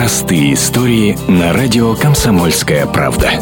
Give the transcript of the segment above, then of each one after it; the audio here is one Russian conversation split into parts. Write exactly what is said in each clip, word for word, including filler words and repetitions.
Простые истории на радио «Комсомольская правда».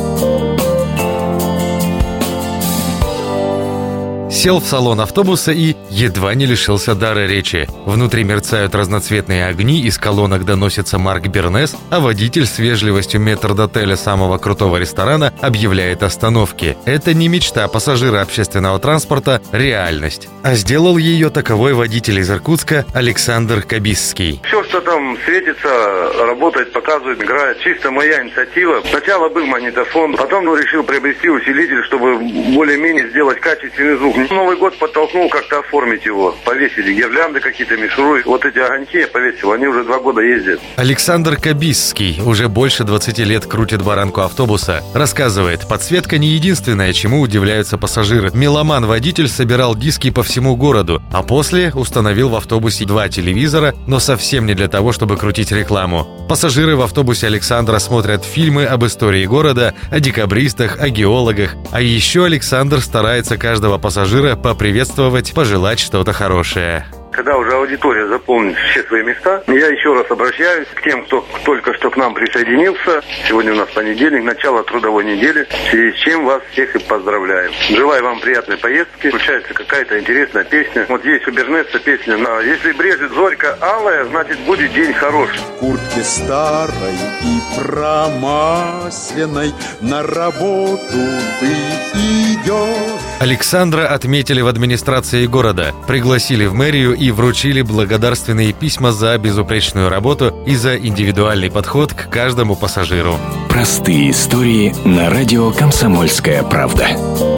Сел в салон автобуса и едва не лишился дара речи. Внутри мерцают разноцветные огни, из колонок доносится Марк Бернес, а водитель с вежливостью метрдотеля самого крутого ресторана объявляет остановки. Это не мечта пассажира общественного транспорта, реальность. А сделал ее таковой водитель из Иркутска Александр Кабисский. Все, что там светится, работает, показывает, играет, чисто моя инициатива. Сначала был магнитофон, потом решил приобрести усилитель, чтобы более-менее сделать качественный звук. Новый год подтолкнул как-то оформить его. Повесили гирлянды какие-то, мишуры. Вот эти огоньки я повесил, они уже два года ездят. Александр Кабисский уже больше двадцати лет крутит баранку автобуса. Рассказывает, подсветка не единственное, чему удивляются пассажиры. Меломан-водитель собирал диски по всему городу, а после установил в автобусе два телевизора, но совсем не для того, чтобы крутить рекламу. Пассажиры в автобусе Александра смотрят фильмы об истории города, о декабристах, о геологах. А еще Александр старается каждого пассажира поприветствовать, пожелать что-то хорошее. Когда уже аудитория заполнит все свои места, я еще раз обращаюсь к тем, кто только что к нам присоединился. Сегодня у нас понедельник, начало трудовой недели, в связи с чем вас всех и поздравляем. Желаю вам приятной поездки. Включается какая-то интересная песня. Вот есть у Бернеса песня на «Если брежет зорька алая, значит будет день хороший». В куртке старой и промасленной на работу ты идешь. Александра отметили в администрации города, пригласили в мэрию и вручили благодарственные письма за безупречную работу и за индивидуальный подход к каждому пассажиру. Простые истории на радио «Комсомольская правда».